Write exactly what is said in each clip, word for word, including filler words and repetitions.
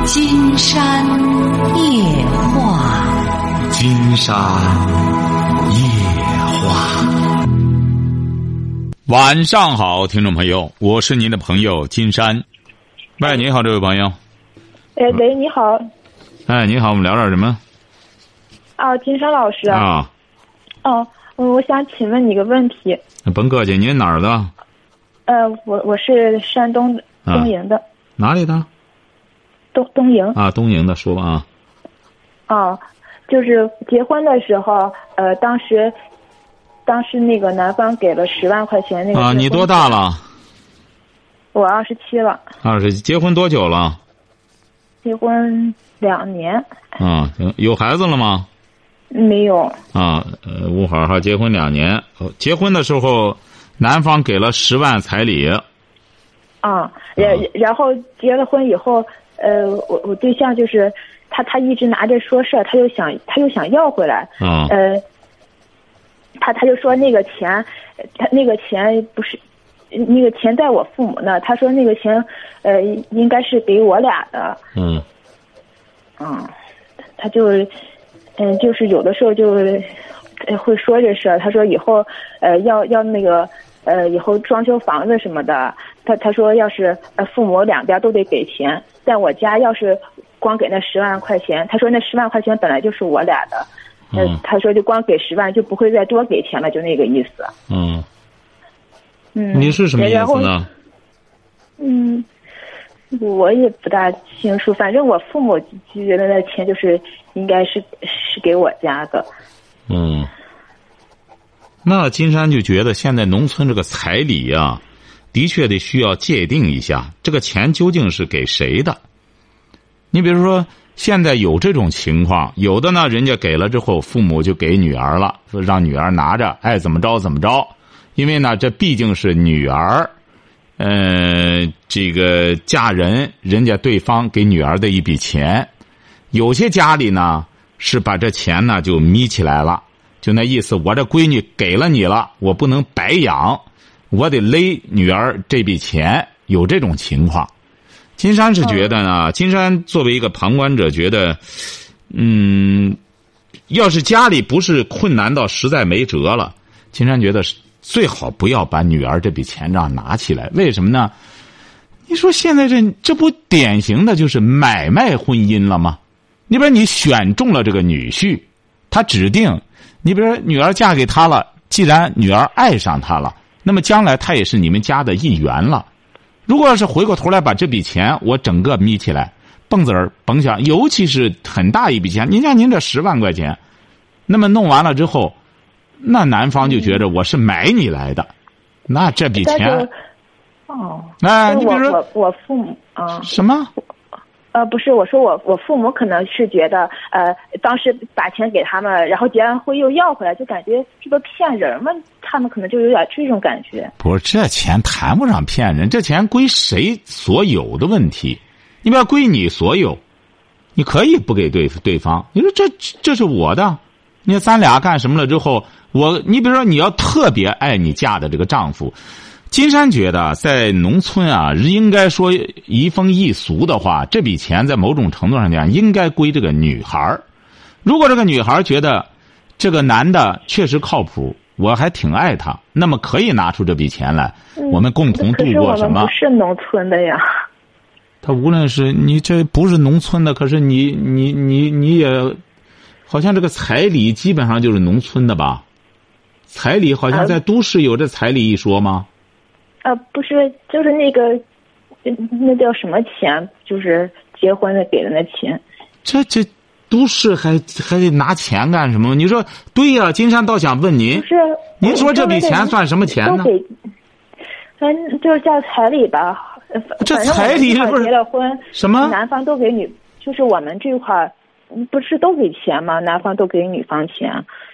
金山夜话， 金山夜话。 晚上好，听众朋友，我是您的朋友金山。喂，你好，这位朋友。 哎，喂，你好。 哎，你好，我们聊点什么？ 啊，金山老师。 啊。 哦，我想请问你个问题。 甭客气，您哪儿的？ 呃，我我是山东东营的。 啊、哪里的？ 东东营。 啊，东营的，说吧啊。 哦，就是结婚的时候，呃，当时，当时那个男方给了十万块钱那个。 啊，你多大了？ 我二十七了。 二十，结婚多久了？ 结婚两年。 啊，行，有孩子了吗？ 没有。 啊，呃，吴好哈，结婚两年，结婚的时候，男方给了十万彩礼。 啊，然然后结了婚以后，呃，我我对象就是他，他一直拿着说事儿，他又想他又想要回来。 啊。 呃，他他就说那个钱，他那个钱不是，那个钱在我父母那，他说那个钱，呃，应该是给我俩的。 嗯。 嗯，他就，嗯，就是有的时候就会说这事儿。他说以后，呃，要要那个，呃，以后装修房子什么的。他他说要是呃父母两边都得给钱，在我家要是光给那十万块钱，他说那十万块钱本来就是我俩的。呃、 嗯。 他说就光给十万就不会再多给钱了，就那个意思。 嗯。 嗯。 你是什么意思呢？ 嗯。我也不大清楚，反正我父母就觉得那钱就是应该是是给我家的。 嗯，那金山就觉得现在农村这个彩礼啊，的确得需要界定一下，这个钱究竟是给谁的。你比如说现在有这种情况，有的呢人家给了之后父母就给女儿了，说让女儿拿着，爱怎么着怎么着，因为呢这毕竟是女儿呃，这个嫁人，人家对方给女儿的一笔钱。有些家里呢是把这钱呢就眯起来了，就那意思，我这闺女给了你了，我不能白养，我得勒女儿这笔钱，有这种情况。金山是觉得呢，金山作为一个旁观者觉得，嗯，要是家里不是困难到实在没辙了，金山觉得是最好不要把女儿这笔钱账拿起来。为什么呢？你说现在这这不典型的就是买卖婚姻了吗？你比如你选中了这个女婿，他指定，你比如说女儿嫁给他了，既然女儿爱上他了，那么将来他也是你们家的一员了。如果要是回过头来把这笔钱我整个眯起来，蹦子儿甭想，尤其是很大一笔钱，您像您这十万块钱，那么弄完了之后，那男方就觉得我是买你来的，嗯、那这笔钱， 哦， 哎，你比如说我我父母啊， 什么？ 呃，不是，我说我我父母可能是觉得，呃，当时把钱给他们，然后结完婚又要回来，就感觉这不骗人吗？他们可能就有点这种感觉。 不是，这钱谈不上骗人，这钱归谁所有的问题，你不要归你所有，你可以不给对对方，你说这这是我的。你看咱俩干什么了之后，我你比如说你要特别爱你嫁的这个丈夫，金山觉得在农村啊，应该说移风易俗的话，这笔钱在某种程度上讲应该归这个女孩。如果这个女孩觉得这个男的确实靠谱，我还挺爱他，那么可以拿出这笔钱来， 嗯、 我们共同度过什么？ 可是我们不是农村的呀。 他无论是你这不是农村的，可是你你你你也。好像这个彩礼基本上就是农村的吧？彩礼好像在都市有这彩礼一说吗？ 呃，不是，就是那个，那叫什么钱？就是结婚的给的那钱。 这这都市还还得拿钱干什么？你说对呀、啊，金山倒想问您， 不是， 您说这笔钱算什么钱呢？ 反正就是叫彩礼吧。 这彩礼不是结了婚， 什么？ 男方都给女，就是我们这块儿。不是都给钱吗？男方都给女方钱。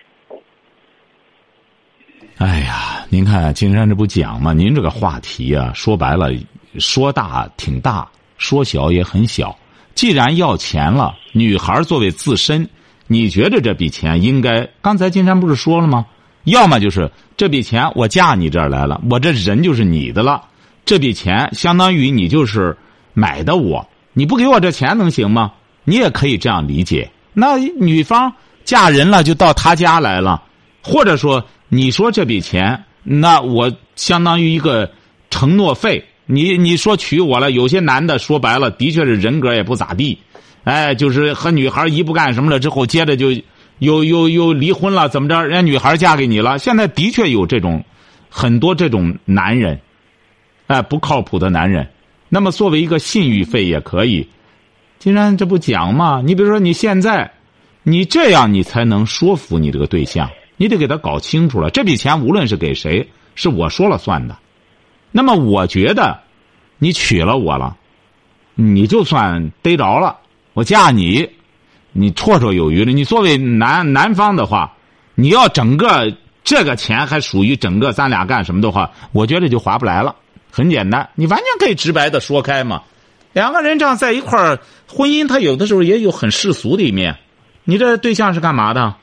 哎呀，您看金山这不讲吗？您这个话题啊，说白了，说大挺大，说小也很小。既然要钱了，女孩作为自身，你觉得这笔钱应该？刚才金山不是说了吗？要么就是这笔钱我嫁你这儿来了，我这人就是你的了，这笔钱相当于你就是买的我。 你不给我这钱能行吗？你也可以这样理解。那女方嫁人了就到他家来了，或者说你说这笔钱，那我相当于一个承诺费。你你说娶我了，有些男的说白了的确是人格也不咋地，哎，就是和女孩一不干什么了之后，接着就又又又离婚了，怎么着？人家女孩嫁给你了。现在的确有这种很多这种男人，哎，不靠谱的男人。那么作为一个信誉费也可以。金山这不讲嘛？你比如说你现在，你这样你才能说服你这个对象，你得给他搞清楚了。这笔钱无论是给谁，是我说了算的。那么我觉得，你娶了我了，你就算逮着了，我嫁你，你绰绰有余了。你作为男男方的话，你要整个这个钱还属于整个咱俩干什么的话，我觉得就划不来了。很简单，你完全可以直白的说开嘛。两个人这样在一块儿，婚姻它有的时候也有很世俗的一面。你这对象是干嘛的？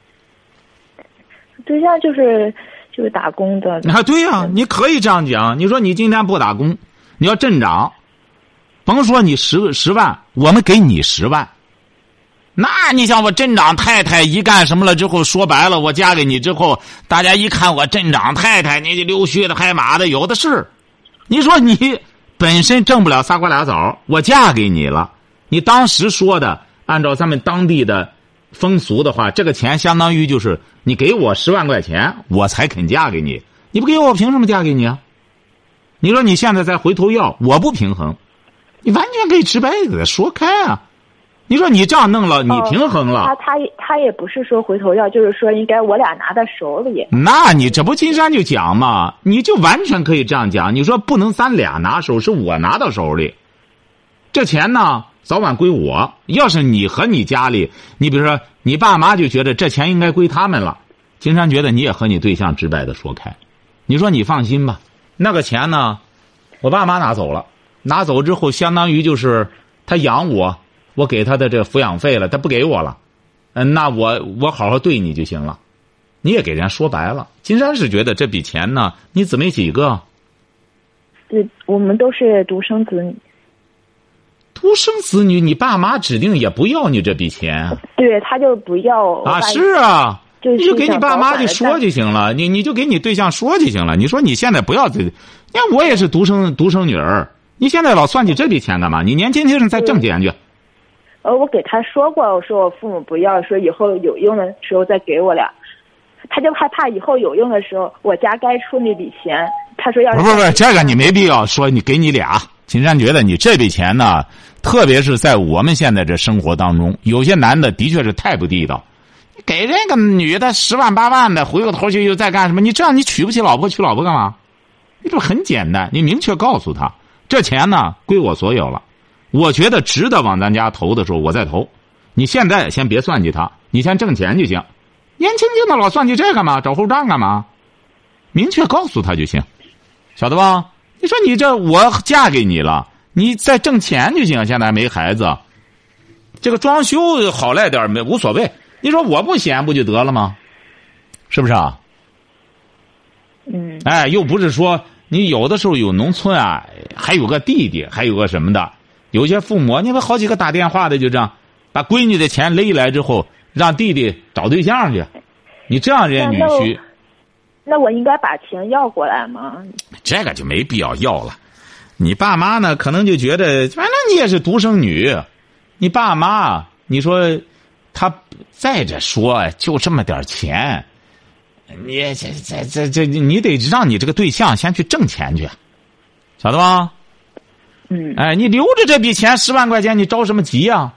对象就是就是打工的。 啊，对呀、啊，你可以这样讲。你说你今天不打工，你要镇长，甭说你十十万，我们给你十万。那你像我镇长太太一干什么了之后，说白了，我嫁给你之后，大家一看我镇长太太，你溜须的海马的有的是。你说你本身挣不了仨瓜俩枣，我嫁给你了，你当时说的，按照咱们当地的风俗的话，这个钱相当于就是你给我十万块钱，我才肯嫁给你。你不给我，凭什么嫁给你啊？你说你现在再回头要，我不平衡，你完全可以直白给他说开啊。你说你这样弄了，你平衡了。 哦、他他他也不是说回头要，就是说应该我俩拿在手里。 那你这不金山就讲嘛，你就完全可以这样讲。你说不能咱俩拿手，是我拿到手里，这钱呢早晚归我。要是你和你家里，你比如说你爸妈就觉得这钱应该归他们了，金山觉得你也和你对象直白的说开。你说你放心吧，那个钱呢，我爸妈拿走了，拿走之后相当于就是他养我。我给他的这抚养费了，他不给我了，嗯，那我我好好对你就行了。你也给人家说白了。金山是觉得这笔钱呢，你姊妹几个？ 对，我们都是独生子女。 独生子女，你爸妈指定也不要你这笔钱。 对，他就不要啊，是啊， 就你就给你爸妈就说就行了，你你就给你对象说就行了。你说你现在不要这，你看我也是独生独生女儿，你现在老算计这笔钱干嘛？你年轻轻再挣钱去。 呃，我给他说过，我说我父母不要，说以后有用的时候再给我俩。他就害怕以后有用的时候，我家该出那笔钱。他说要是不不不，这个你没必要说，你给你俩。金山觉得你这笔钱呢，特别是在我们现在这生活当中，有些男的的确是太不地道，给人个女的十万八万的，回过头去又在干什么？你这样你娶不起老婆，娶老婆干嘛？你这很简单，你明确告诉他，这钱呢归我所有了。我觉得值得往咱家投的时候，我再投。你现在先别算计他，你先挣钱就行。年轻轻的老算计这干嘛？找后账干嘛？明确告诉他就行，晓得吧？你说你这我嫁给你了，你再挣钱就行。现在还没孩子，这个装修好赖点没无所谓。你说我不嫌不就得了吗？是不是啊？ 嗯。 哎，又不是说你有的时候有农村啊，还有个弟弟，还有个什么的。有些父母，你们好几个打电话的就这样，把闺女的钱勒来之后，让弟弟找对象去。你这样人家女婿， 那我应该把钱要过来吗？ 这个就没必要要了。你爸妈呢，可能就觉得，反正你也是独生女，你爸妈，你说他再者说就这么点钱，你这这这这，你得让你这个对象先去挣钱去，晓得吧？ 嗯， 哎，你留着这笔钱十万块钱，你着什么急呀、啊？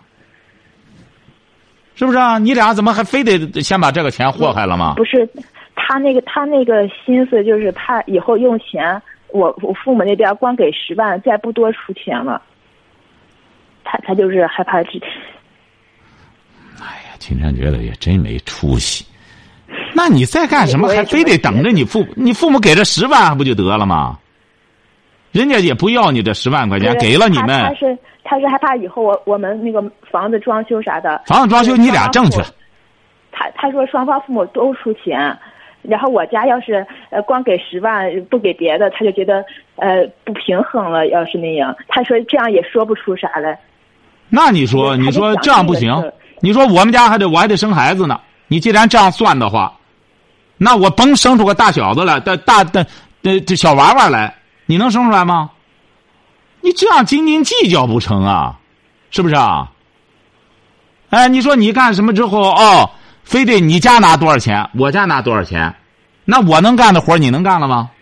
是不是啊？你俩怎么还非得先把这个钱祸害了吗？ 不是，他那个他那个心思就是怕以后用钱，我我父母那边光给十万，再不多出钱了。他他就是害怕这。 哎呀，金山觉得也真没出息。那你再干什么？还非得等着你父你父母给这十万，还不就得了吗？人家也不要你这十万块钱，给了你们。 他是他是害怕以后我我们那个房子装修啥的。 房子装修你俩挣去。 他他说双方父母都出钱，然后我家要是呃光给十万不给别的，他就觉得呃不平衡了。要是那样，他说这样也说不出啥来。 那你说，你说这样不行？你说我们家还得我还得生孩子呢。你既然这样算的话，那我甭生出个大小子来，大大的这这小娃娃来，你能生出来吗？你这样斤斤计较不成啊？是不是啊？哎，你说你干什么之后哦，非得你家拿多少钱，我家拿多少钱，那我能干的活你能干了吗？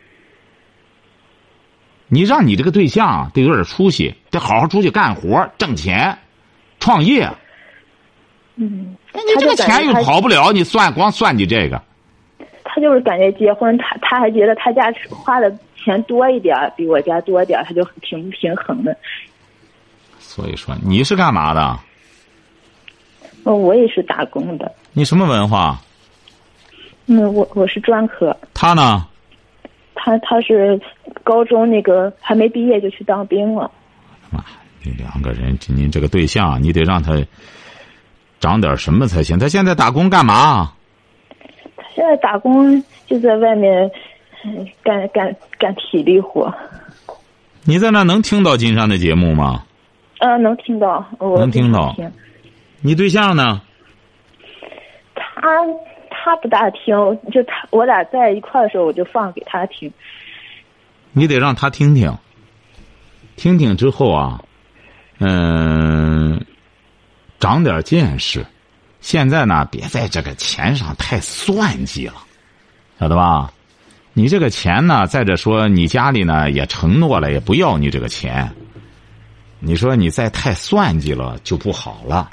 你让你这个对象得有点出息，得好好出去干活挣钱创业。 嗯， 你这个钱又跑不了，你算光算计这个。 他就是感觉结婚，他他还觉得他家花的钱多一点，比我家多一点，他就挺不平衡的。 所以说你是干嘛的？ 哦，我也是打工的。 你什么文化？ 嗯，我我是专科。 他呢？ 他他是高中那个还没毕业就去当兵了。 妈，你两个人，你这个对象，你得让他长点什么才行。他现在打工干嘛？ 他现在打工就在外面，嗯，干干干体力活。 你在那能听到金山的节目吗？ 呃，能听到，我能听到。 听你对象呢？ 他他不大听，就他我俩在一块的时候，我就放给他听。 你得让他听听，听听之后啊，嗯、呃，长点见识。现在呢，别在这个钱上太算计了，晓得吧？你这个钱呢，再者说你家里呢也承诺了，也不要你这个钱。你说你再太算计了就不好了。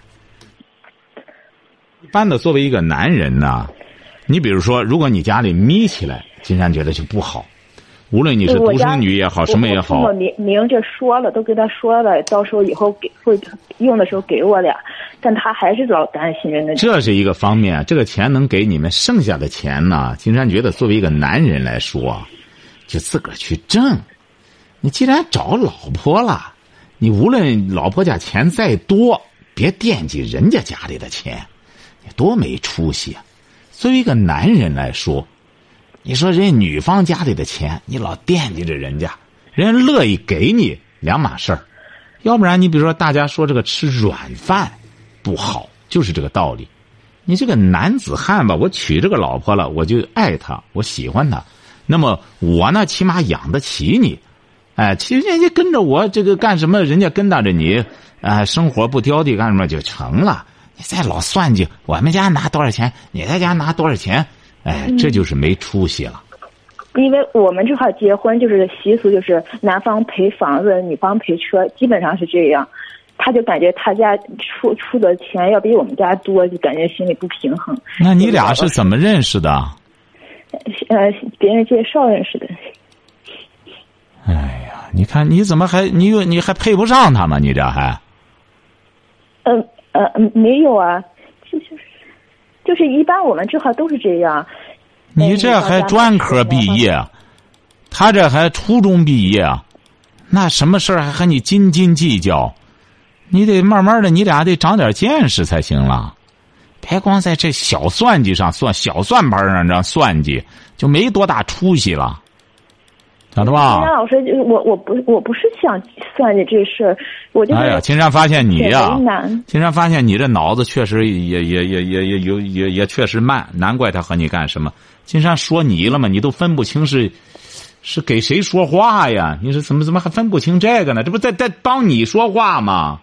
一般的，作为一个男人呢，你比如说，如果你家里眯起来，金山觉得就不好。无论你是独生女也好，什么也好， 我明明着说了，都跟他说了，到时候以后给会用的时候给我俩，但他还是老担心人的。 这是一个方面，这个钱能给你们，剩下的钱呢，金山觉得作为一个男人来说，就自个儿去挣。你既然找老婆了，你无论老婆家钱再多，别惦记人家家里的钱，你多没出息啊！作为一个男人来说，你说人家女方家里的钱，你老惦记着人家，人家乐意给你两码事儿。要不然你比如说大家说这个吃软饭不好，就是这个道理。你这个男子汉吧，我娶这个老婆了，我就爱她，我喜欢她，那么我呢起码养得起你。哎，其实人家跟着我这个干什么，人家跟搭着你，呃，生活不挑剔干什么就成了。你再老算计我们家拿多少钱，你在家拿多少钱，哎，这就是没出息了。 因为我们这块结婚就是习俗，就是男方赔房子，女方赔车，基本上是这样。他就感觉他家出出的钱要比我们家多，就感觉心里不平衡。 那你俩是怎么认识的？ 呃，别人介绍认识的。 哎呀，你看你怎么还你又你还配不上他吗？你这还？ 嗯呃嗯，没有啊，就是就是一般我们这块都是这样。 你这还专科毕业，他这还初中毕业，那什么事儿还和你斤斤计较？你得慢慢的，你俩得长点见识才行了。别光在这小算计上算，小算盘上这算计，就没多大出息了。晓得吧？ 金山老师，我我不我不是想算计这事儿，我就是。 哎呀，金山发现你呀，金山发现你这脑子确实也也也也也有也也确实慢，难怪他和你干什么。金山说你了嘛，你都分不清是是给谁说话呀？你是怎么怎么还分不清这个呢？这不在在帮你说话吗？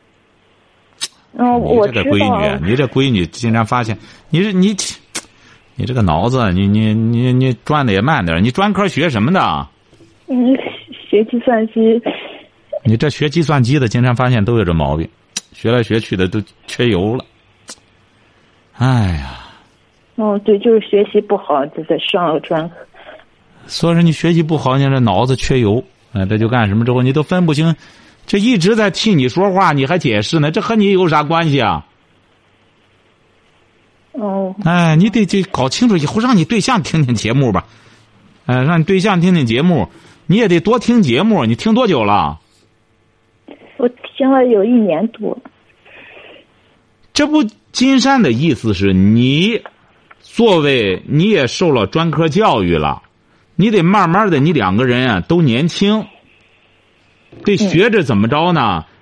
嗯，我知道。你这个闺女，你这闺女，金山发现你是你，你这个脑子，你你你你转的也慢点。你专科学什么的？ 嗯，学计算机。 你这学计算机的，经常发现都有这毛病，学来学去的都缺油了。哎呀！ 哦，对，就是学习不好，就在上了专科。 所以说你学习不好，你这脑子缺油，哎，这就干什么之后你都分不清，这一直在替你说话，你还解释呢，这和你有啥关系啊？ 哦。 哎，你得得搞清楚，以后让你对象听听节目吧，哎，让你对象听听节目。你也得多听节目，你听多久了？ 我听了有一年多。 这不，金山的意思是你作为你也受了专科教育了，你得慢慢的，你两个人啊都年轻，得学着怎么着呢？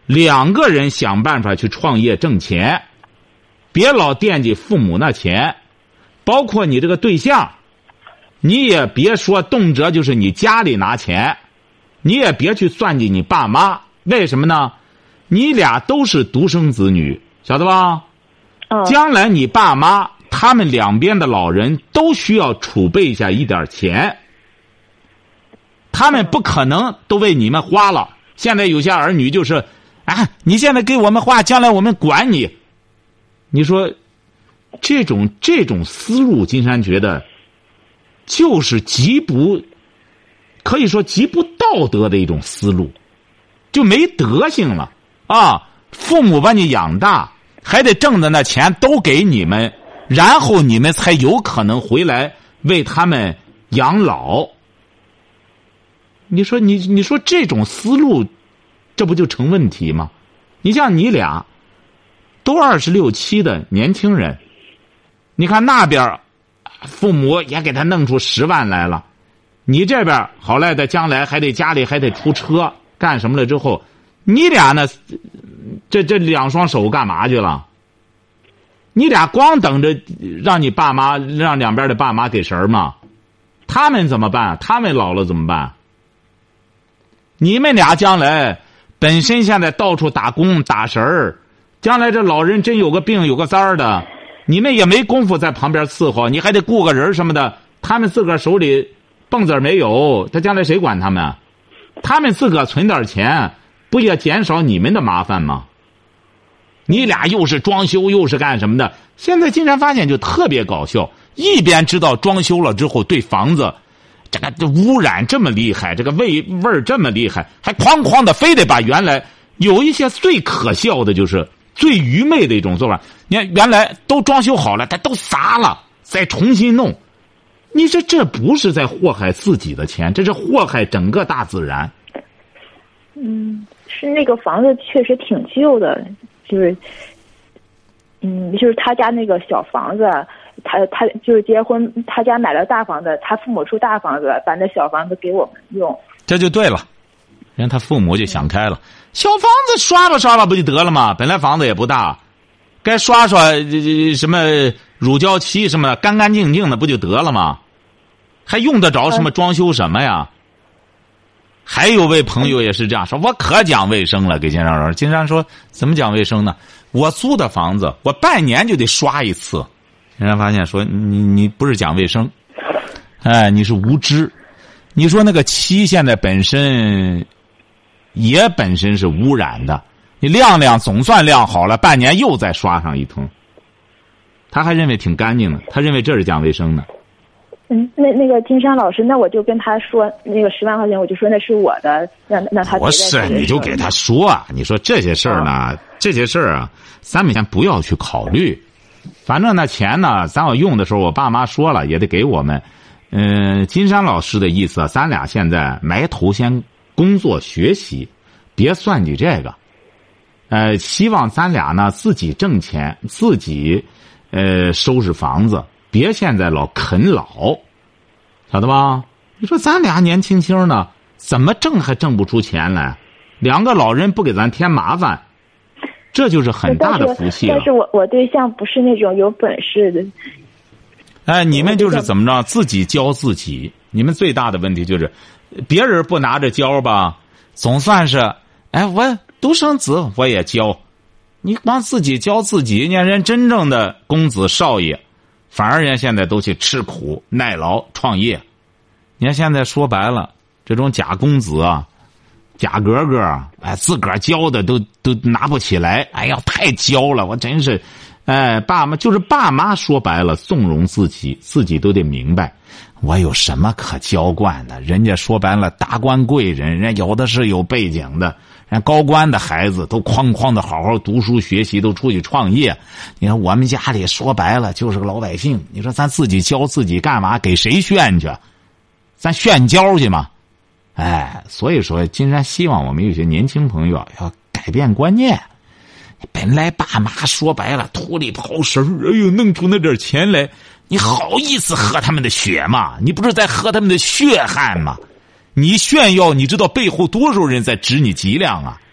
两个人想办法去创业挣钱，别老惦记父母那钱，包括你这个对象，你也别说动辄就是你家里拿钱，你也别去算计你爸妈。为什么呢？你俩都是独生子女，晓得吧？ 哦。 将来你爸妈他们两边的老人都需要储备一下一点钱，他们不可能都为你们花了。现在有些儿女就是，啊，你现在给我们花，将来我们管你。你说，这种这种思路，金山觉得，就是极不，可以说极不道德的一种思路，就没德行了啊！父母把你养大，还得挣的那钱都给你们，然后你们才有可能回来为他们养老。你说你你说这种思路，这不就成问题吗？你像你俩，都二十六七的年轻人，你看那边父母也给他弄出十万来了，你这边好赖的将来还得家里还得出车干什么了之后，你俩呢，这这两双手干嘛去了？你俩光等着让你爸妈让两边的爸妈给食儿吗？他们怎么办？他们老了怎么办？你们俩将来本身现在到处打工打食儿，将来这老人真有个病有个灾儿的，你们也没工夫在旁边伺候，你还得雇个人什么的，他们自个儿手里蹦子没有，他将来谁管他们？他们自个儿存点钱，不也减少你们的麻烦吗？你俩又是装修又是干什么的，现在竟然发现就特别搞笑，一边知道装修了之后对房子这个污染这么厉害，这个味味儿这么厉害，还哐哐的非得把原来有一些最可笑的，就是最愚昧的一种做法。你看原来都装修好了，他都砸了，再重新弄。你说这不是在祸害自己的钱，这是祸害整个大自然。 嗯，是那个房子确实挺旧的，就是，嗯，就是他家那个小房子。他他就是结婚，他家买了大房子，他父母出大房子，把那小房子给我们用，这就对了。人他父母就想开了，小房子刷吧刷吧不就得了吗？本来房子也不大，该刷刷什么乳胶漆什么的，干干净净的不就得了吗？还用得着什么装修什么呀？还有位朋友也是这样说，我可讲卫生了，给金山说，金山说怎么讲卫生呢？我租的房子，我半年就得刷一次。人家发现说你你不是讲卫生，哎，你是无知。你说那个漆现在本身也本身是污染的，你晾晾总算晾好了，半年又再刷上一通，他还认为挺干净的，他认为这是讲卫生的。 嗯，那那个金山老师，那我就跟他说那个十万块钱，我就说那是我的，让让他不是，你就给他说啊，你说这些事儿呢，哦、这些事儿啊，咱们先不要去考虑。反正那钱呢，咱要用的时候，我爸妈说了也得给我们。嗯、呃，金山老师的意思，咱俩现在埋头先工作学习，别算计这个。呃，希望咱俩呢自己挣钱，自己呃收拾房子，别现在老啃老，晓得吧？你说咱俩年轻轻的，怎么挣还挣不出钱来？两个老人不给咱添麻烦。这就是很大的福气了。 但是我我对象不是那种有本事的。 哎，你们就是怎么着，自己教自己。你们最大的问题就是，别人不拿着教吧，总算是，哎，我独生子我也教，你光自己教自己，你看人真正的公子少爷，反而人现在都去吃苦耐劳创业。你看现在说白了，这种假公子啊。假格格，哎，自个儿教的都都拿不起来，哎呀，太娇了，我真是，哎，爸妈就是爸妈，说白了，纵容自己，自己都得明白，我有什么可娇惯的？人家说白了，达官贵人，人家有的是有背景的，人家高官的孩子都哐哐的好好读书学习，都出去创业。你看我们家里说白了就是个老百姓，你说咱自己教自己干嘛？给谁炫去？咱炫娇去吗？哎，所以说，金山希望我们有些年轻朋友要改变观念。本来爸妈说白了土里刨食，哎呦，弄出那点钱来，你好意思喝他们的血吗？你不是在喝他们的血汗吗？你炫耀，你知道背后多少人在指你脊梁啊？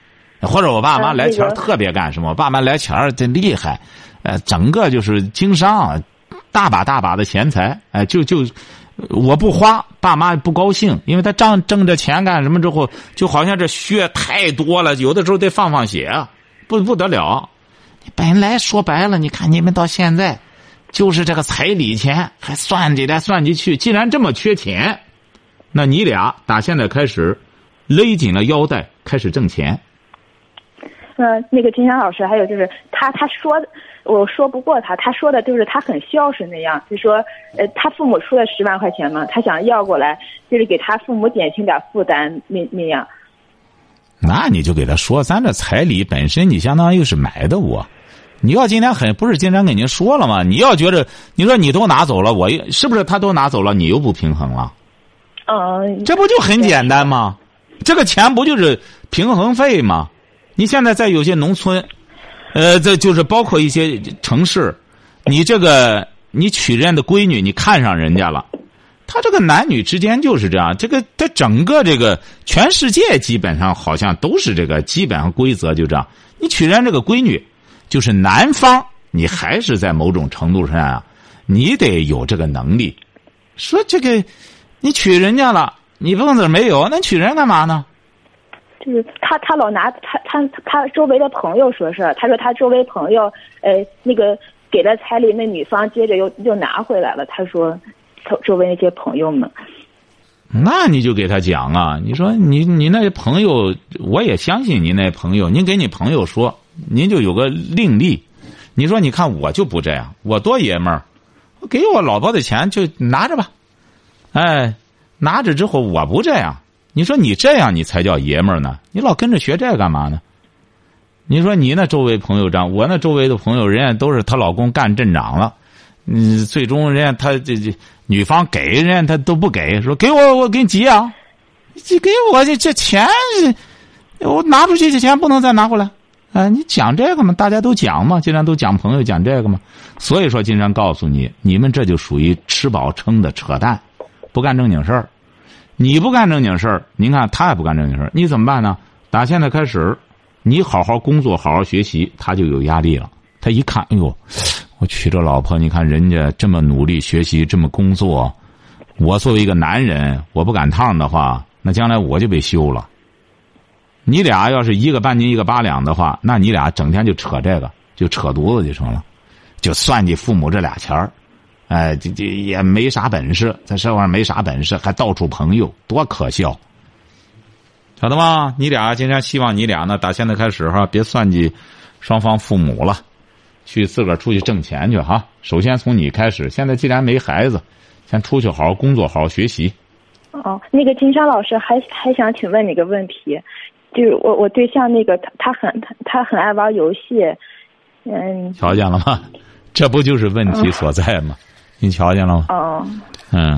或者我爸妈来钱呃那个、 特别干什么？我爸妈来钱真厉害，呃，整个就是经商，大把大把的钱财，哎、呃，就就我不花，爸妈不高兴，因为他挣挣着钱干什么之后，就好像这血太多了，有的时候得放放血，不不得了。本来说白了，你看你们到现在。就是这个彩礼钱还算计来算计去，既然这么缺钱，那你俩打现在开始勒紧了腰带，开始挣钱。 呃，那个金山老师，还有就是他他说的，我说不过他，他说的就是他很孝顺那样，就说呃他父母出了十万块钱嘛，他想要过来，就是给他父母减轻点负担那那样。 那你就给他说，咱这彩礼本身你相当于是买的我。你要今天很不是经常跟您说了吗？你要觉着你说你都拿走了，我是不是他都拿走了，你又不平衡了？ 嗯， 这不就很简单吗？这个钱不就是平衡费吗？你现在在有些农村，呃，这就是包括一些城市，你这个你娶人家的闺女，你看上人家了，他这个男女之间就是这样，这个他整个这个全世界基本上好像都是这个基本上规则就这样，你娶人家这个闺女。就是男方，你还是在某种程度上啊，你得有这个能力。说这个，你娶人家了，你蹦子没有，那娶人干嘛呢？ 就是他，他老拿他他他周围的朋友说是，他说他周围朋友，呃，那个给了彩礼，那女方接着又又拿回来了。他说，他周围那些朋友们， 那你就给他讲啊，你说你你那朋友，我也相信你那朋友，您给你朋友说。您就有个另例，你说你看我就不这样，我多爷们儿，给我老婆的钱就拿着吧，哎，拿着之后我不这样，你说你这样你才叫爷们儿呢，你老跟着学这干嘛呢？你说你那周围朋友这样，我那周围的朋友人家都是她老公干镇长了，嗯，最终人家他这这女方给人家他都不给，说给我我给你急啊，你给我这这钱，我拿出去这钱不能再拿回来。啊，你讲这个嘛，大家都讲嘛，既然都讲朋友讲这个嘛，所以说金山告诉你，你们这就属于吃饱撑的扯淡，不干正经事儿。你不干正经事儿，您看他也不干正经事儿，你怎么办呢？打现在开始，你好好工作，好好学习，他就有压力了。他一看，哎呦，我娶着老婆，你看人家这么努力学习，这么工作，我作为一个男人，我不赶趟的话，那将来我就被休了。你俩要是一个半斤一个八两的话，那你俩整天就扯这个，就扯犊子就成了，就算计父母这俩钱儿，哎，这这也没啥本事，在社会上没啥本事，还到处朋友，多可笑，晓得吗？你俩今天希望你俩呢，打现在开始哈，别算计双方父母了，去自个儿出去挣钱去哈。首先从你开始，现在既然没孩子，先出去好好工作，好好学习。 哦，那个金山老师还还想请问你个问题。就是我我对象那个他他很他他很爱玩游戏，嗯， 瞧见了吗？这不就是问题所在吗？嗯、你瞧见了吗？ 哦， 嗯，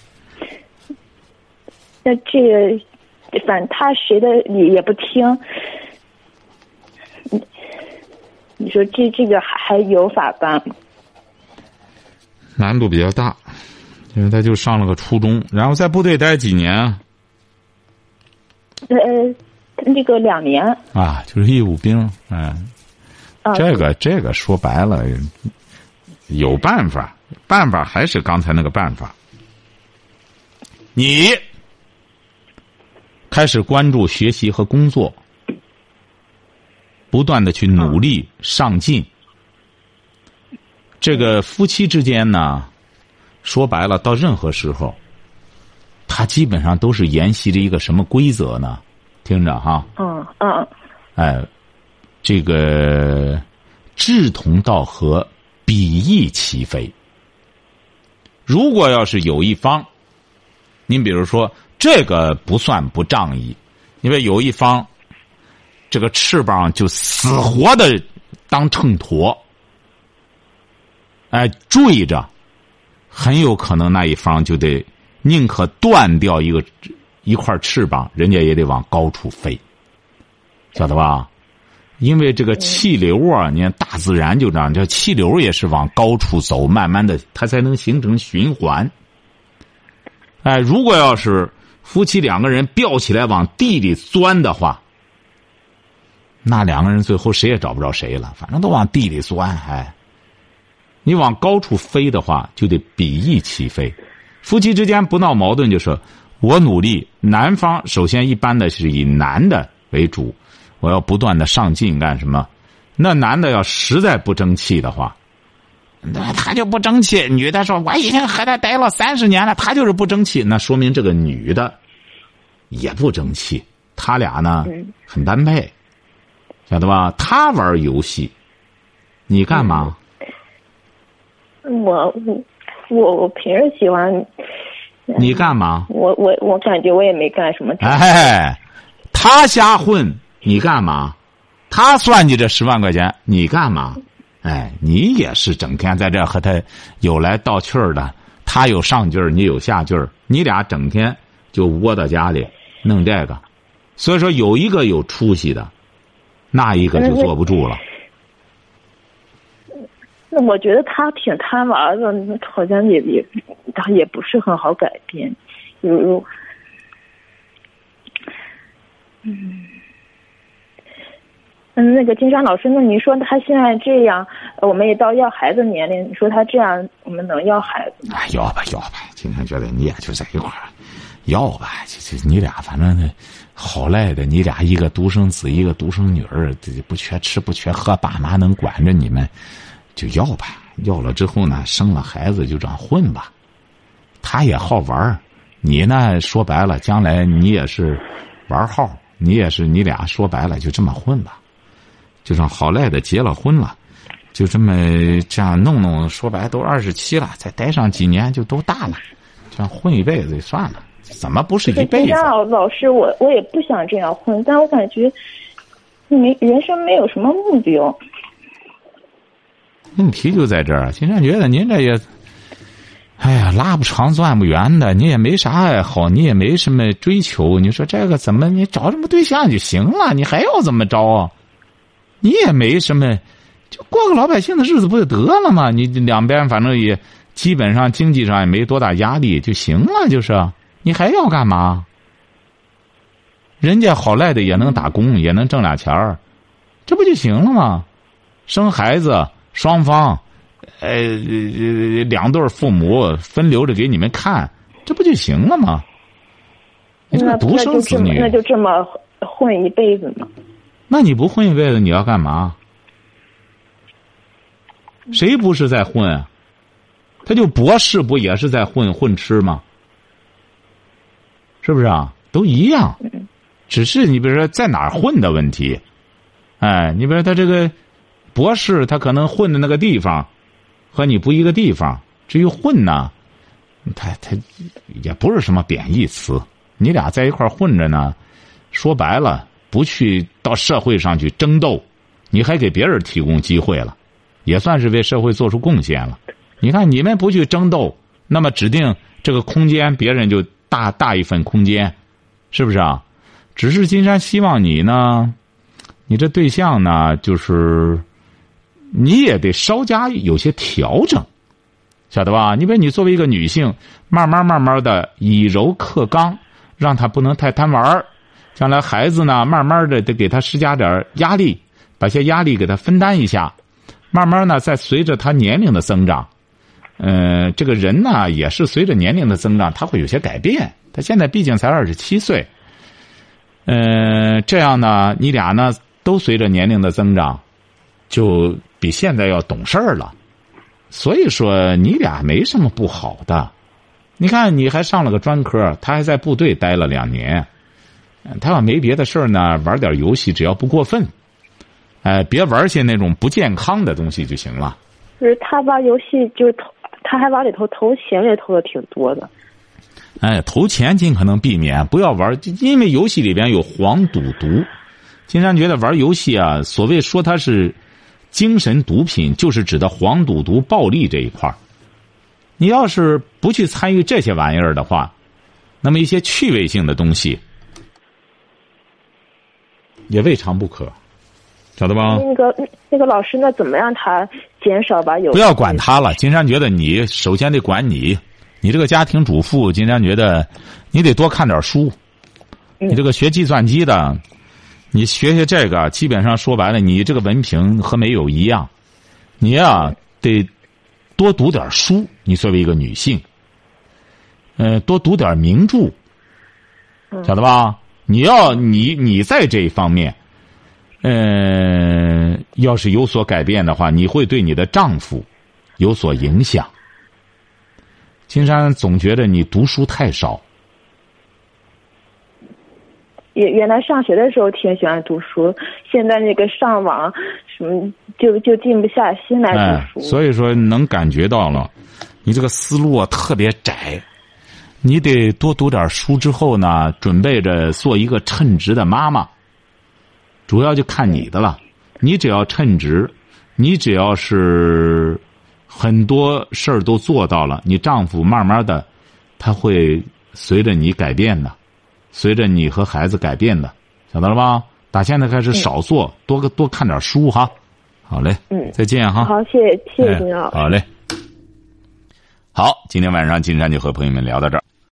那这个反正他谁的理也不听，你你说这这个还还有法办吗？ 难度比较大，因为他就上了个初中，然后在部队待几年啊？ 呃。这个两年啊，就是义务兵，嗯、哎，这个这个说白了，有办法，办法还是刚才那个办法。你开始关注学习和工作，不断的去努力上进。这个夫妻之间呢，说白了，到任何时候，他基本上都是沿袭着一个什么规则呢？听着哈， 嗯嗯， 哎，这个志同道合，比翼齐飞。如果要是有一方，您比如说这个不算不仗义，因为有一方这个翅膀就死活的当秤砣，哎，坠着，很有可能那一方就得宁可断掉一个一块翅膀，人家也得往高处飞，晓得吧？因为这个气流啊，你看大自然就这样，这气流也是往高处走，慢慢的它才能形成循环。哎，如果要是夫妻两个人吊起来往地里钻的话， 那两个人最后谁也找不着谁了，反正都往地里钻。哎，你往高处飞的话，就得比翼齐飞。夫妻之间不闹矛盾，就是我努力，男方首先一般的是以男的为主，我要不断的上进干什么？那男的要实在不争气的话，那他就不争气。女的说我已经和他待了三十年了，他就是不争气，那说明这个女的也不争气。他俩呢很般配，晓得吧？他玩游戏，你干嘛？ 我我我我平时喜欢。 你干嘛？ 我我我感觉我也没干什么。 哎，他瞎混，你干嘛？他算计这十万块钱，你干嘛？哎，你也是整天在这和他有来道去的，他有上句儿，你有下句儿，你俩整天就窝到家里弄这个。所以说，有一个有出息的，那一个就坐不住了。 那我觉得他挺贪玩的，好像也也他也不是很好改变。有，嗯。嗯，那个金山老师，那你说他现在这样，我们也到要孩子年龄，你说他这样，我们能要孩子吗？ 啊，要吧，要吧。经常觉得你也就在一块儿，要吧，这这你俩反正好赖的，你俩一个独生子，一个独生女儿，不缺吃不缺喝，爸妈能管着你们，就要吧。要了之后呢，生了孩子就这样混吧。他也好玩，你呢说白了，将来你也是玩号，你也是你俩说白了就这么混吧。就让好赖的结了婚了，就这么这样弄弄，说白都二十七了，再待上几年就都大了，这样混一辈子就算了。怎么不是一辈子？ 老老师，我我也不想这样混，但我感觉没人生没有什么目标。 问题就在这儿，金山觉得您这也，哎呀，拉不长钻不圆的，你也没啥爱好，你也没什么追求，你说这个怎么你找什么对象就行了，你还要怎么着啊？你也没什么，就过个老百姓的日子不就得了吗？你两边反正也基本上经济上也没多大压力就行了，就是你还要干嘛？人家好赖的也能打工，也能挣俩钱儿，这不就行了吗？生孩子双方，呃，两对父母分流着给你们看，这不就行了吗？你这个独生子女， 那就这么混一辈子吗？ 那你不混一辈子，你要干嘛？谁不是在混啊？他就博士不也是在混混吃吗？是不是啊？都一样，只是你比如说在哪儿混的问题。哎，你比如说他这个博士，他可能混的那个地方和你不一个地方。至于混呢，他他也不是什么贬义词。你俩在一块儿混着呢，说白了。不去到社会上去争斗，你还给别人提供机会了，也算是为社会做出贡献了。你看你们不去争斗，那么指定这个空间别人就大大一份空间，是不是啊？只是金山希望你呢，你这对象呢，就是你也得稍加有些调整，晓得吧？你比如你作为一个女性，慢慢慢慢的以柔克刚，让他不能太贪玩儿。将来孩子呢，慢慢的得给他施加点压力，把些压力给他分担一下。慢慢呢，再随着他年龄的增长，呃，这个人呢也是随着年龄的增长，他会有些改变。他现在毕竟才二十七岁，呃，这样呢，你俩呢都随着年龄的增长，就比现在要懂事儿了。所以说，你俩没什么不好的。你看，你还上了个专科，他还在部队待了两年。他要没别的事儿呢，玩点游戏，只要不过分，哎、呃，别玩些那种不健康的东西就行了。 就是他玩游戏，就是投，他还往里头投钱，也投的挺多的。 哎，投钱尽可能避免，不要玩，因为游戏里边有黄赌毒。金山觉得玩游戏啊，所谓说它是精神毒品，就是指的黄赌毒、暴力这一块儿。你要是不去参与这些玩意儿的话，那么一些趣味性的东西。也未尝不可，晓得吧？ 那个那个老师，那怎么让他减少吧？有不要管他了。金山觉得你首先得管你，你这个家庭主妇，金山觉得你得多看点书。 嗯、 你这个学计算机的， 你学学这个，基本上说白了，你这个文凭和没有一样。你呀，得多读点书。你作为一个女性，呃，多读点名著，晓得吧？你要你你在这一方面，呃，要是有所改变的话，你会对你的丈夫有所影响。金山总觉得你读书太少。 原原来上学的时候挺喜欢读书，现在那个上网什么就就静不下心来读书。 哎，所以说能感觉到了，你这个思路啊特别窄。你得多读点书之后呢，准备着做一个称职的妈妈。主要就看你的了。你只要称职，你只要是很多事儿都做到了，你丈夫慢慢的他会随着你改变的。随着你和孩子改变的，晓得了吧？打现在开始少做，嗯、多个多看点书哈。好嘞， 嗯， 再见哈。 好，谢谢谢谢金老师。 好嘞，好，今天晚上金山就和朋友们聊到这儿。